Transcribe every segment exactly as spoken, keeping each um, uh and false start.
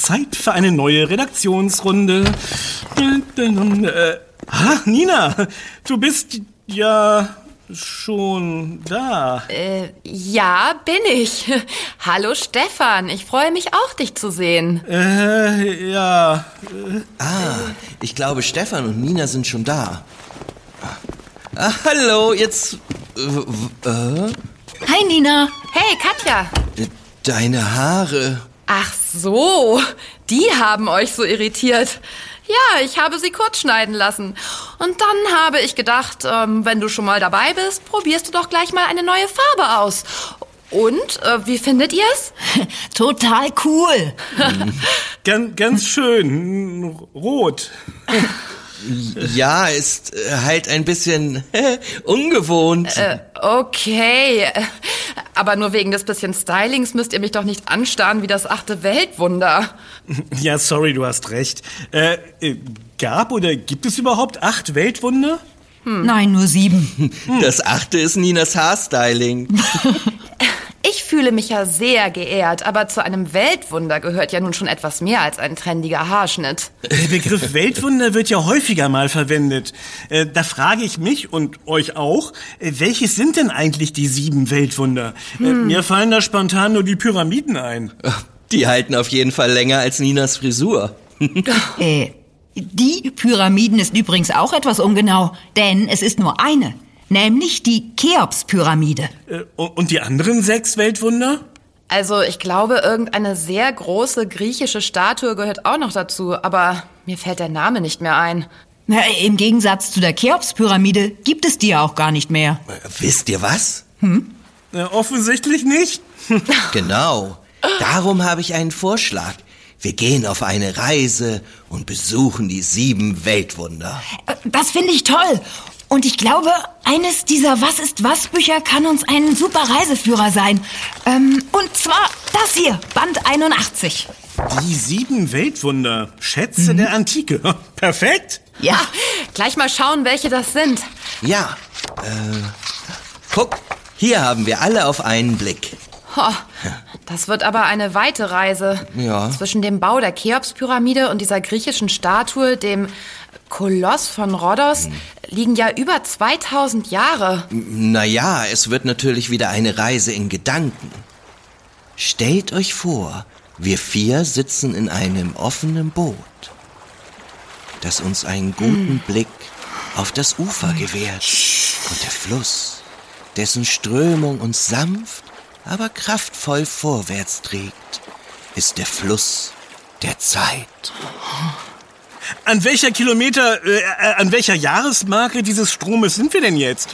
Zeit für eine neue Redaktionsrunde. Äh, ah, Nina, du bist ja schon da. Äh, ja, bin ich. Hallo Stefan, ich freue mich auch, dich zu sehen. Äh, ja. Äh, ah, ich glaube, Stefan und Nina sind schon da. Ah, hallo, jetzt... Äh, äh? Hi Nina. Hey Katja. Deine Haare. Ach so, die haben euch so irritiert. Ja, ich habe sie kurz schneiden lassen. Und dann habe ich gedacht, ähm, wenn du schon mal dabei bist, probierst du doch gleich mal eine neue Farbe aus. Und, äh, wie findet ihr es? Total cool. ganz, ganz schön. Rot. Ja, ist halt ein bisschen ungewohnt. Äh, okay. Aber nur wegen des bisschen Stylings müsst ihr mich doch nicht anstarren wie das achte Weltwunder. Ja, sorry, du hast recht. Äh, gab oder gibt es überhaupt acht Weltwunder? Hm. Nein, nur sieben. Das achte ist Ninas Haarstyling. Ich fühle mich ja sehr geehrt, aber zu einem Weltwunder gehört ja nun schon etwas mehr als ein trendiger Haarschnitt. Der Begriff Weltwunder wird ja häufiger mal verwendet. Äh, da frage ich mich und euch auch, äh, welches sind denn eigentlich die sieben Weltwunder? Hm. Äh, mir fallen da spontan nur die Pyramiden ein. Die halten auf jeden Fall länger als Ninas Frisur. äh, die Pyramiden ist übrigens auch etwas ungenau, denn es ist nur eine. Nämlich die Cheops-Pyramide. Äh, und die anderen sechs Weltwunder? Also ich glaube, irgendeine sehr große griechische Statue gehört auch noch dazu, aber mir fällt der Name nicht mehr ein. Na, im Gegensatz zu der Cheops-Pyramide gibt es die ja auch gar nicht mehr. Wisst ihr was? Hm? Äh, offensichtlich nicht. Genau. Darum habe ich einen Vorschlag. Wir gehen auf eine Reise und besuchen die sieben Weltwunder. Das finde ich toll. Und ich glaube, eines dieser Was-ist-was-Bücher kann uns ein super Reiseführer sein. Ähm, und zwar das hier, Band einundachtzig. Die sieben Weltwunder, Schätze mhm. der Antike. Perfekt. Ja. Gleich mal schauen, welche das sind. Ja. Äh, guck, hier haben wir alle auf einen Blick. Oh, das wird aber eine weite Reise. Ja. Zwischen dem Bau der Cheops-Pyramide und dieser griechischen Statue, dem Koloss von Rhodos, hm. liegen ja über zweitausend Jahre. Naja, es wird natürlich wieder eine Reise in Gedanken. Stellt euch vor, wir vier sitzen in einem offenen Boot, das uns einen guten hm. Blick auf das Ufer gewährt. Und der Fluss, dessen Strömung uns sanft, aber kraftvoll vorwärts trägt, ist der Fluss der Zeit. An welcher Kilometer, äh, an welcher Jahresmarke dieses Stromes sind wir denn jetzt?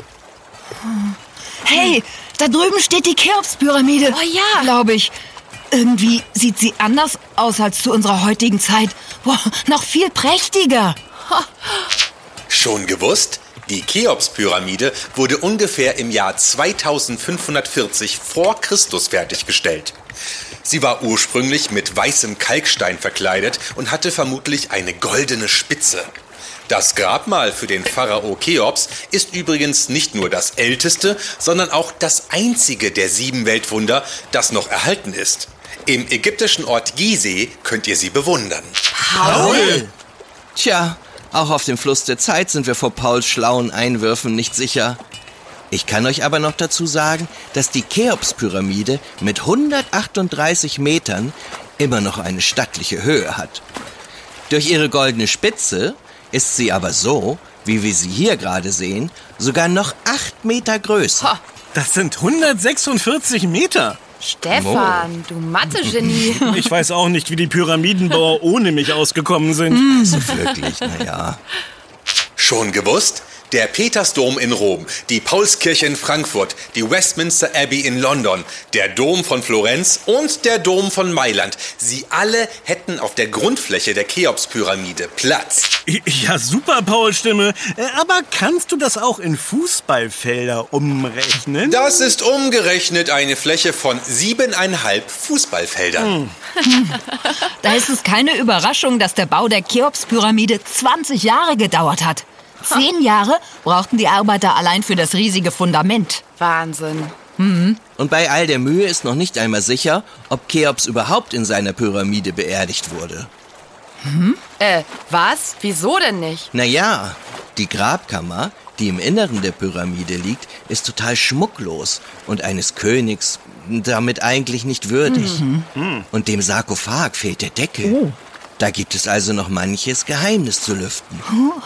Hey, da drüben steht die Cheops-Pyramide. Oh ja. Glaube ich. Irgendwie sieht sie anders aus als zu unserer heutigen Zeit. Boah, noch viel prächtiger. Schon gewusst? Die Cheops-Pyramide wurde ungefähr im Jahr zweitausendfünfhundertvierzig vor Christus fertiggestellt. Sie war ursprünglich mit weißem Kalkstein verkleidet und hatte vermutlich eine goldene Spitze. Das Grabmal für den Pharao Cheops ist übrigens nicht nur das älteste, sondern auch das einzige der sieben Weltwunder, das noch erhalten ist. Im ägyptischen Ort Gizeh könnt ihr sie bewundern. Paul! Tja, auch auf dem Fluss der Zeit sind wir vor Pauls schlauen Einwürfen nicht sicher. Ich kann euch aber noch dazu sagen, dass die Cheops-Pyramide mit hundertachtunddreißig Metern immer noch eine stattliche Höhe hat. Durch ihre goldene Spitze ist sie aber so, wie wir sie hier gerade sehen, sogar noch acht Meter größer. Das sind hundertsechsundvierzig Meter. Stefan, oh. du Mathe-Genie. Ich weiß auch nicht, wie die Pyramidenbauer ohne mich ausgekommen sind. Also wirklich, naja. Schon gewusst? Der Petersdom in Rom, die Paulskirche in Frankfurt, die Westminster Abbey in London, der Dom von Florenz und der Dom von Mailand. Sie alle hätten auf der Grundfläche der Cheops-Pyramide Platz. Ja, super, Paul-Stimme. Aber kannst du das auch in Fußballfelder umrechnen? Das ist umgerechnet eine Fläche von siebeneinhalb Fußballfeldern. Hm. Da ist es keine Überraschung, dass der Bau der Cheops-Pyramide zwanzig Jahre gedauert hat. Zehn Jahre brauchten die Arbeiter allein für das riesige Fundament. Wahnsinn. Mhm. Und bei all der Mühe ist noch nicht einmal sicher, ob Cheops überhaupt in seiner Pyramide beerdigt wurde. Hm? Äh, was? Wieso denn nicht? Naja, die Grabkammer, die im Inneren der Pyramide liegt, ist total schmucklos und eines Königs damit eigentlich nicht würdig. Mhm. Und dem Sarkophag fehlt der Deckel. Oh. Da gibt es also noch manches Geheimnis zu lüften.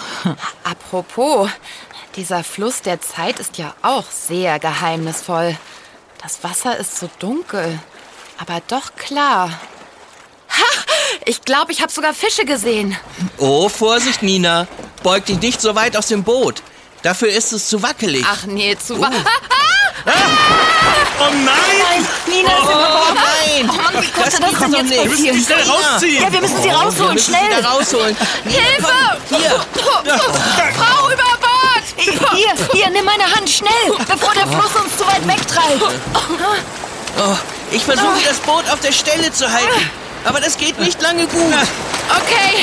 Apropos, dieser Fluss der Zeit ist ja auch sehr geheimnisvoll. Das Wasser ist so dunkel, aber doch klar. Ha! Ich glaube, ich habe sogar Fische gesehen. Oh, Vorsicht, Nina. Beug dich nicht so weit aus dem Boot. Dafür ist es zu wackelig. Ach nee, zu wackelig. Oh. Ah! Oh nein! Nein, Nina, oh, oh Oh nein! Mann, wie konnte Das das, gibt's denn doch jetzt nicht. Wir müssen die passieren? schnell rausziehen! Ja, wir müssen sie Oh, rausholen, wir müssen schnell! sie da rausholen. Nina, Hilfe! komm, hier! Frau über Bord! Hier, hier, nimm meine Hand, schnell, bevor der Fluss uns zu weit wegtreibt. Oh, ich versuche, das Boot auf der Stelle zu halten. Aber das geht nicht lange gut. Okay.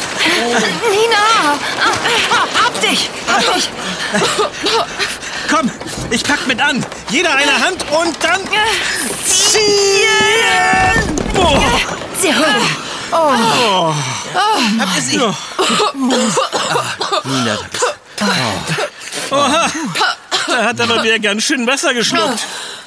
Nina! Hab dich! Hab dich! Komm, ich pack mit an. Jeder eine Hand und dann ziehen! Oh. Sehr gut. Oh. Oh. Habt ihr sie? Ja. Ah, Nina, du bist... Oh. Oha. Da hat aber wer ganz schön Wasser geschluckt.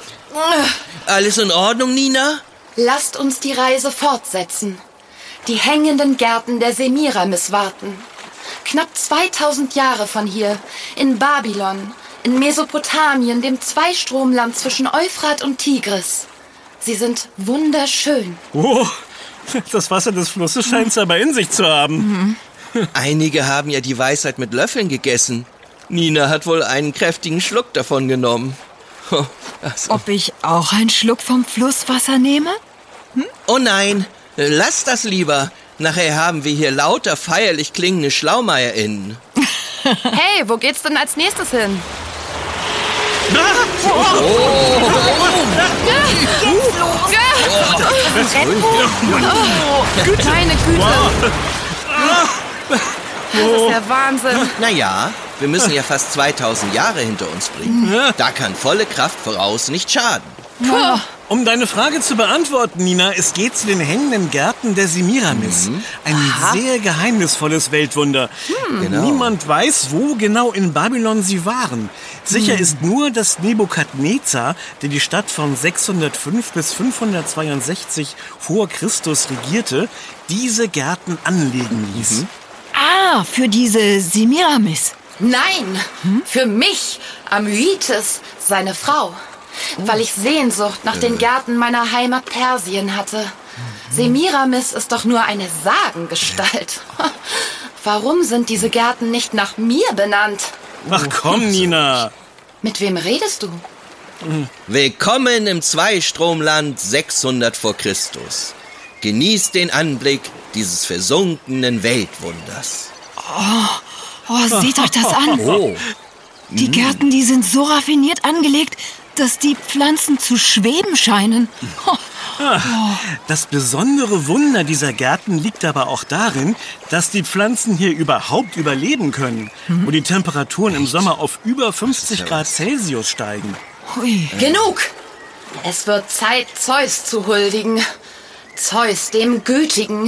Alles in Ordnung, Nina? Lasst uns die Reise fortsetzen. Die hängenden Gärten der Semiramis warten. Knapp zweitausend Jahre von hier, in Babylon, in Mesopotamien, dem Zweistromland zwischen Euphrat und Tigris. Sie sind wunderschön. Oh, das Wasser des Flusses scheint es aber in sich zu haben. Mhm. Einige haben ja die Weisheit mit Löffeln gegessen. Nina hat wohl einen kräftigen Schluck davon genommen. Oh, also. Ob ich auch einen Schluck vom Flusswasser nehme? Hm? Oh nein, lass das lieber. Nachher haben wir hier lauter feierlich klingende SchlaumeierInnen. Hey, wo geht's denn als nächstes hin? Oh. Oh. Oh. Meine Güte. Das ist der Wahnsinn. Naja, wir müssen ja fast zweitausend Jahre hinter uns bringen. Da kann volle Kraft voraus nicht schaden. Puh. Um deine Frage zu beantworten, Nina, es geht zu den hängenden Gärten der Semiramis. Mhm. Ein Aha. sehr geheimnisvolles Weltwunder. Hm. Genau. Niemand weiß, wo genau in Babylon sie waren. Sicher hm. ist nur, dass Nebukadnezar, der die Stadt von sechshundertfünf bis fünfhundertzweiundsechzig vor Christus regierte, diese Gärten anlegen ließ. Mhm. Ah, für diese Semiramis. Nein, hm? für mich, Amytis, seine Frau. Weil ich Sehnsucht nach den Gärten meiner Heimat Persien hatte. Semiramis ist doch nur eine Sagengestalt. Warum sind diese Gärten nicht nach mir benannt? Ach komm, Nina. Mit wem redest du? Willkommen im Zweistromland sechshundert vor Christus. Genießt den Anblick dieses versunkenen Weltwunders. Oh, oh seht euch das an. Oh. Die Gärten, die sind so raffiniert angelegt, dass die Pflanzen zu schweben scheinen. Oh. Das besondere Wunder dieser Gärten liegt aber auch darin, dass die Pflanzen hier überhaupt überleben können, hm? wo die Temperaturen im Sommer auf über fünfzig Grad Celsius steigen. Hui. Genug! Es wird Zeit, Zeus zu huldigen. Zeus, dem Gütigen.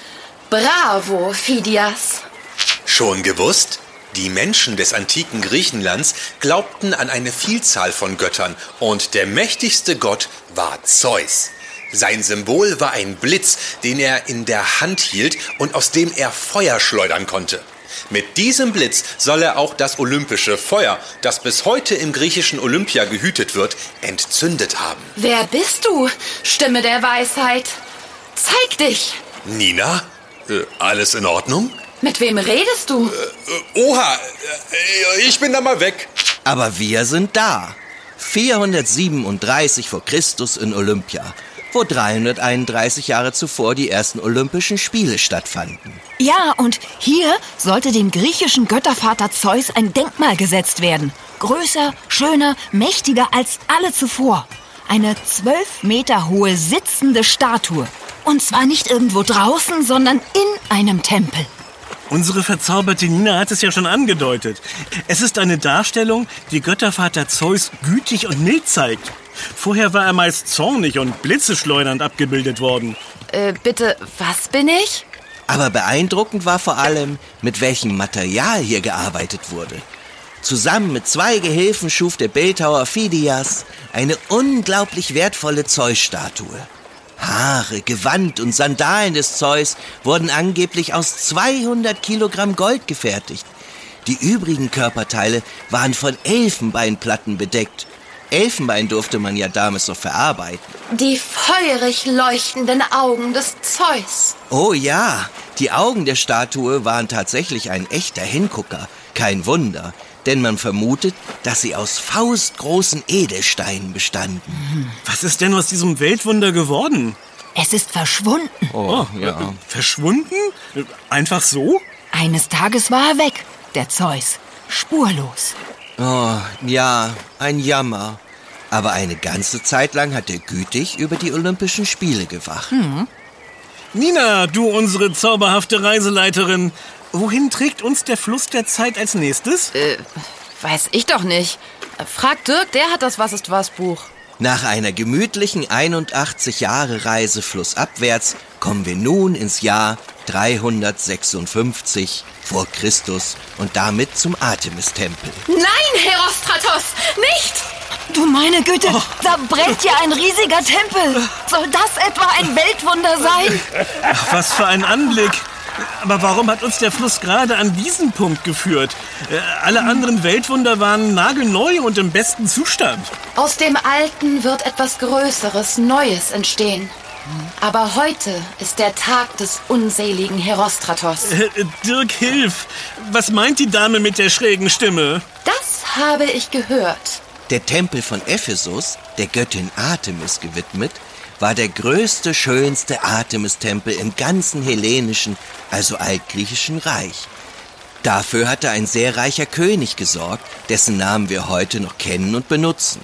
Bravo, Phidias. Schon gewusst? Die Menschen des antiken Griechenlands glaubten an eine Vielzahl von Göttern und der mächtigste Gott war Zeus. Sein Symbol war ein Blitz, den er in der Hand hielt und aus dem er Feuer schleudern konnte. Mit diesem Blitz soll er auch das olympische Feuer, das bis heute im griechischen Olympia gehütet wird, entzündet haben. Wer bist du, Stimme der Weisheit? Zeig dich! Nina, äh, alles in Ordnung? Mit wem redest du? Äh, oha, äh, ich bin da mal weg. Aber wir sind da. vierhundertsiebenunddreißig vor Christus in Olympia, wo dreihunderteinunddreißig Jahre zuvor die ersten Olympischen Spiele stattfanden. Ja, und hier sollte dem griechischen Göttervater Zeus ein Denkmal gesetzt werden. Größer, schöner, mächtiger als alle zuvor. Eine zwölf Meter hohe sitzende Statue. Und zwar nicht irgendwo draußen, sondern in einem Tempel. Unsere verzauberte Nina hat es ja schon angedeutet. Es ist eine Darstellung, die Göttervater Zeus gütig und mild zeigt. Vorher war er meist zornig und blitzeschleudernd abgebildet worden. Äh, bitte, was bin ich? Aber beeindruckend war vor allem, mit welchem Material hier gearbeitet wurde. Zusammen mit zwei Gehilfen schuf der Bildhauer Phidias eine unglaublich wertvolle Zeus-Statue. Haare, Gewand und Sandalen des Zeus wurden angeblich aus zweihundert Kilogramm Gold gefertigt. Die übrigen Körperteile waren von Elfenbeinplatten bedeckt. Elfenbein durfte man ja damals noch verarbeiten. Die feurig leuchtenden Augen des Zeus. Oh ja, die Augen der Statue waren tatsächlich ein echter Hingucker. Kein Wunder, denn man vermutet, dass sie aus faustgroßen Edelsteinen bestanden. Was ist denn aus diesem Weltwunder geworden? Es ist verschwunden. Oh, ja. Äh, verschwunden? Einfach so? Eines Tages war er weg, der Zeus. Spurlos. Oh, ja, ein Jammer. Aber eine ganze Zeit lang hat er gütig über die Olympischen Spiele gewacht. Hm. Nina, du unsere zauberhafte Reiseleiterin, wohin trägt uns der Fluss der Zeit als nächstes? Äh, weiß ich doch nicht. Frag Dirk, der hat das Was-ist-was-Buch. Nach einer gemütlichen einundachtzig Jahre Reise flussabwärts kommen wir nun ins Jahr dreihundertsechsundfünfzig vor Christus und damit zum Artemis-Tempel. Nein, Herostratos, nicht! Du meine Güte, oh. Da brennt ja ein riesiger Tempel. Soll das etwa ein Weltwunder sein? Ach, was für ein Anblick. Aber warum hat uns der Fluss gerade an diesen Punkt geführt? Äh, alle anderen Weltwunder waren nagelneu und im besten Zustand. Aus dem Alten wird etwas Größeres, Neues entstehen. Aber heute ist der Tag des unseligen Herostratos. Äh, Dirk, hilf! Was meint die Dame mit der schrägen Stimme? Das habe ich gehört. Der Tempel von Ephesus, der Göttin Artemis gewidmet, war der größte, schönste Artemis-Tempel im ganzen hellenischen, also altgriechischen Reich. Dafür hatte ein sehr reicher König gesorgt, dessen Namen wir heute noch kennen und benutzen.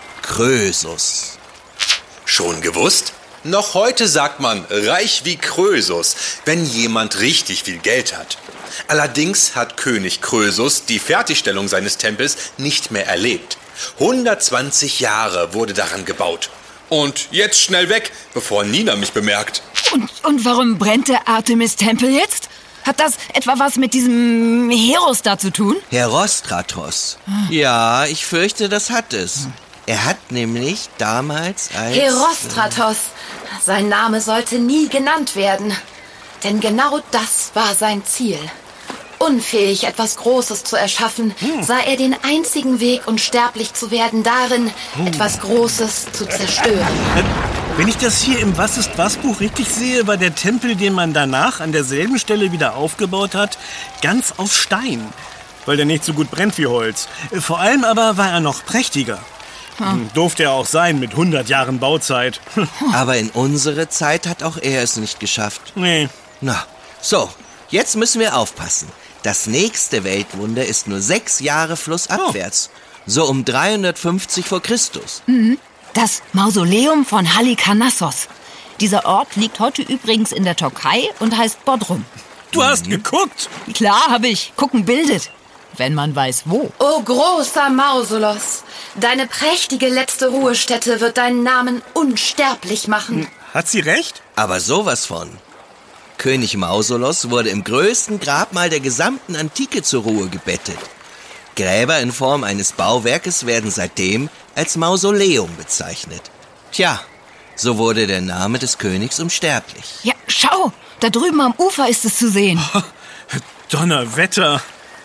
Krösus. Schon gewusst? Noch heute sagt man reich wie Krösus, wenn jemand richtig viel Geld hat. Allerdings hat König Krösus die Fertigstellung seines Tempels nicht mehr erlebt. hundertzwanzig Jahre wurde daran gebaut. Und jetzt schnell weg, bevor Nina mich bemerkt. Und, und warum brennt der Artemis-Tempel jetzt? Hat das etwa was mit diesem Heros da zu tun? Herostratos. Hm. Ja, ich fürchte, das hat es. Hm. Er hat nämlich damals als... Herostratos. Sein Name sollte nie genannt werden. Denn genau das war sein Ziel. Unfähig, etwas Großes zu erschaffen, hm. sah er den einzigen Weg, unsterblich zu werden, darin, hm. etwas Großes zu zerstören. Wenn ich das hier im Was-ist-was-Buch richtig sehe, war der Tempel, den man danach an derselben Stelle wieder aufgebaut hat, ganz aus Stein, weil der nicht so gut brennt wie Holz. Vor allem aber war er noch prächtiger. Hm. Durfte er auch sein mit hundert Jahren Bauzeit. Aber in unsere Zeit hat auch er es nicht geschafft. Nee. Na, so, jetzt müssen wir aufpassen. Das nächste Weltwunder ist nur sechs Jahre flussabwärts. Oh. So um dreihundertfünfzig vor Christus. Mhm. Das Mausoleum von Halikarnassos. Dieser Ort liegt heute übrigens in der Türkei und heißt Bodrum. Du hast mhm. geguckt? Klar habe ich. Gucken bildet. Wenn man weiß, wo. O großer Mausolos, deine prächtige letzte Ruhestätte wird deinen Namen unsterblich machen. Hat sie recht? Aber sowas von. König Mausolos wurde im größten Grabmal der gesamten Antike zur Ruhe gebettet. Gräber in Form eines Bauwerkes werden seitdem als Mausoleum bezeichnet. Tja, so wurde der Name des Königs unsterblich. Ja, schau, da drüben am Ufer ist es zu sehen. Donnerwetter.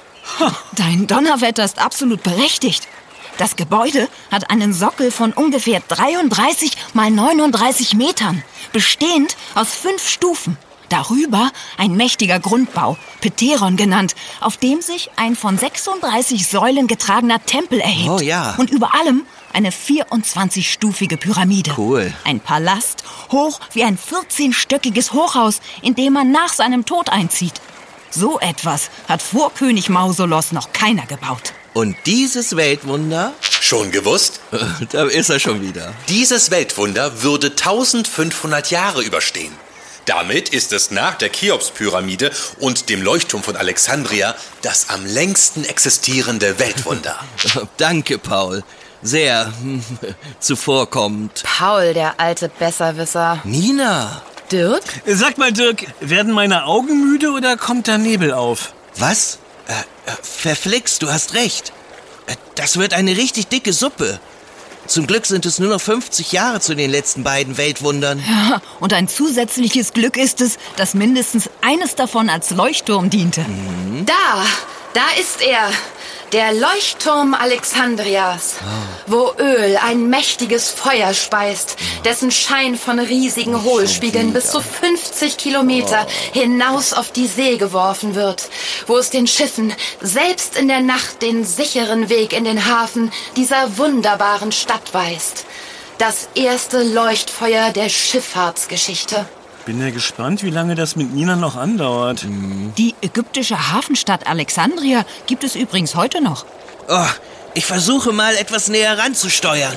Dein Donnerwetter ist absolut berechtigt. Das Gebäude hat einen Sockel von ungefähr dreiunddreißig mal neununddreißig Metern, bestehend aus fünf Stufen. Darüber ein mächtiger Grundbau, Pteron genannt, auf dem sich ein von sechsunddreißig Säulen getragener Tempel erhebt. Oh ja. Und über allem eine vierundzwanzigstufige Pyramide. Cool. Ein Palast, hoch wie ein vierzehnstöckiges Hochhaus, in dem man nach seinem Tod einzieht. So etwas hat vor König Mausolos noch keiner gebaut. Und dieses Weltwunder? Schon gewusst? Da ist er schon wieder. Dieses Weltwunder würde eintausendfünfhundert Jahre überstehen. Damit ist es nach der Cheops-Pyramide und dem Leuchtturm von Alexandria das am längsten existierende Weltwunder. Danke, Paul. Sehr zuvorkommend. Paul, der alte Besserwisser. Nina! Dirk? Sag mal, Dirk, werden meine Augen müde oder kommt da Nebel auf? Was? Äh, äh, verflixt, du hast recht. Äh, das wird eine richtig dicke Suppe. Zum Glück sind es nur noch fünfzig Jahre zu den letzten beiden Weltwundern. Ja, und ein zusätzlich Glück ist es, dass mindestens eines davon als Leuchtturm diente. Mhm. Da, da ist er. Der Leuchtturm Alexandrias, wo Öl ein mächtiges Feuer speist, dessen Schein von riesigen Hohlspiegeln bis zu fünfzig Kilometer hinaus auf die See geworfen wird, wo es den Schiffen selbst in der Nacht den sicheren Weg in den Hafen dieser wunderbaren Stadt weist. Das erste Leuchtfeuer der Schifffahrtsgeschichte. Bin ja gespannt, wie lange das mit Nina noch andauert. Die ägyptische Hafenstadt Alexandria gibt es übrigens heute noch. Oh, ich versuche mal etwas näher ranzusteuern.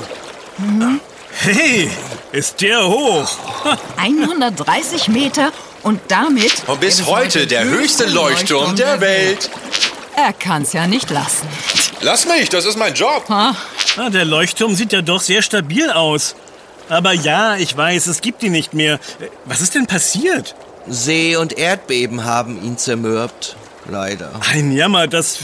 Hey, ist der hoch? hundertdreißig Meter und damit... Und bis heute der höchste Leuchtturm der Welt. Er kann's ja nicht lassen. Lass mich, das ist mein Job. Ah, der Leuchtturm sieht ja doch sehr stabil aus. Aber ja, ich weiß, es gibt ihn nicht mehr. Was ist denn passiert? See- und Erdbeben haben ihn zermürbt. Leider. Ein Jammer, das...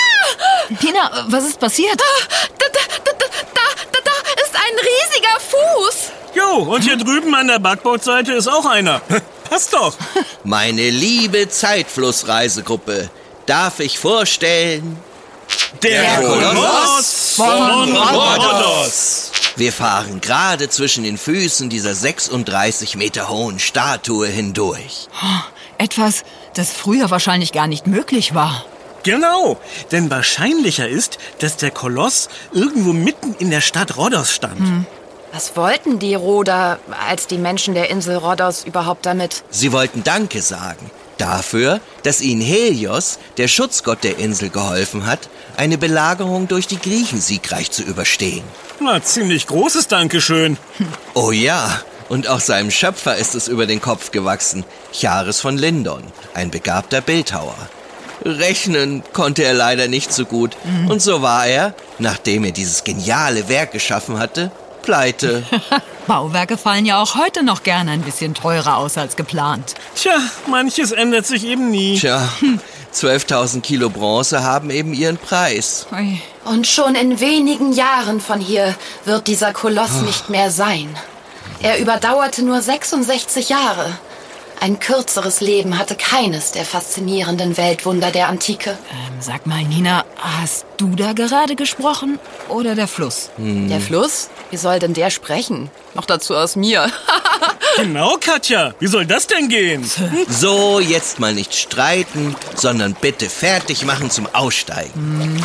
Nina, was ist passiert? Da, da, da, da, da, da ist ein riesiger Fuß. Jo, und hier drüben an der Backbordseite ist auch einer. Passt doch. Meine liebe Zeitflussreisegruppe, darf ich vorstellen... Der, Der Koloss von Rhodos. Wir fahren gerade zwischen den Füßen dieser sechsunddreißig Meter hohen Statue hindurch. Etwas, das früher wahrscheinlich gar nicht möglich war. Genau, denn wahrscheinlicher ist, dass der Koloss irgendwo mitten in der Stadt Rhodos stand. Hm. Was wollten die Rhoder, als die Menschen der Insel Rhodos überhaupt damit? Sie wollten Danke sagen. Dafür, dass ihnen Helios, der Schutzgott der Insel, geholfen hat, eine Belagerung durch die Griechen siegreich zu überstehen. Na, ziemlich großes Dankeschön. Oh ja, und auch seinem Schöpfer ist es über den Kopf gewachsen, Chares von Lindon, ein begabter Bildhauer. Rechnen konnte er leider nicht so gut, mhm. und so war er, nachdem er dieses geniale Werk geschaffen hatte, pleite. Bauwerke fallen ja auch heute noch gerne ein bisschen teurer aus als geplant. Tja, manches ändert sich eben nie. Tja, zwölftausend Kilo Bronze haben eben ihren Preis. Ui. Und schon in wenigen Jahren von hier wird dieser Koloss oh. nicht mehr sein. Er überdauerte nur sechsundsechzig Jahre. Ein kürzeres Leben hatte keines der faszinierenden Weltwunder der Antike. Ähm, sag mal, Nina, hast du da gerade gesprochen oder der Fluss? Hm. Der Fluss? Wie soll denn der sprechen? Noch dazu aus mir. Genau, Katja. Wie soll das denn gehen? So, jetzt mal nicht streiten, sondern bitte fertig machen zum Aussteigen. Hm.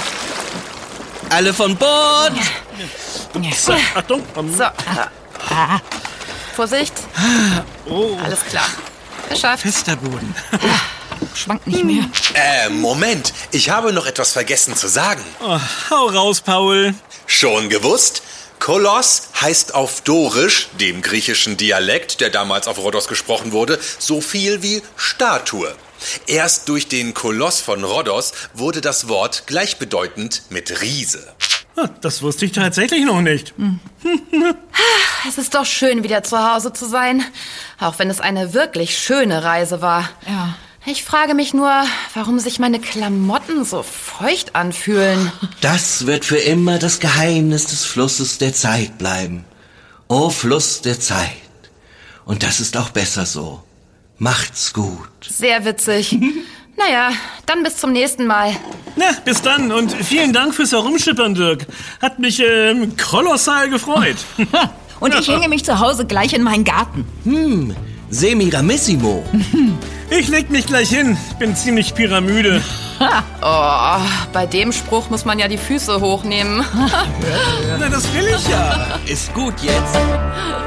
Alle von Bord! Ja. So, Achtung. So. Ah. Vorsicht. Oh. Alles klar. Geschafft. Fester Boden. Schwankt nicht mehr. Äh, Moment. Ich habe noch etwas vergessen zu sagen. Oh, hau raus, Paul. Schon gewusst? Koloss heißt auf Dorisch, dem griechischen Dialekt, der damals auf Rhodos gesprochen wurde, so viel wie Statue. Erst durch den Koloss von Rhodos wurde das Wort gleichbedeutend mit Riese. Das wusste ich tatsächlich noch nicht. Es ist doch schön, wieder zu Hause zu sein. Auch wenn es eine wirklich schöne Reise war. Ja. Ich frage mich nur, warum sich meine Klamotten so feucht anfühlen. Das wird für immer das Geheimnis des Flusses der Zeit bleiben. O Fluss der Zeit. Und das ist auch besser so. Macht's gut. Sehr witzig. Naja, dann bis zum nächsten Mal. Na, bis dann und vielen Dank fürs Herumschippern, Dirk. Hat mich ähm, kolossal gefreut. Und ich hänge mich zu Hause gleich in meinen Garten. Hm, Semiramissimo. Ich leg mich gleich hin. Bin ziemlich pyramide. Oh, bei dem Spruch muss man ja die Füße hochnehmen. Na, das will ich ja. Ist gut jetzt.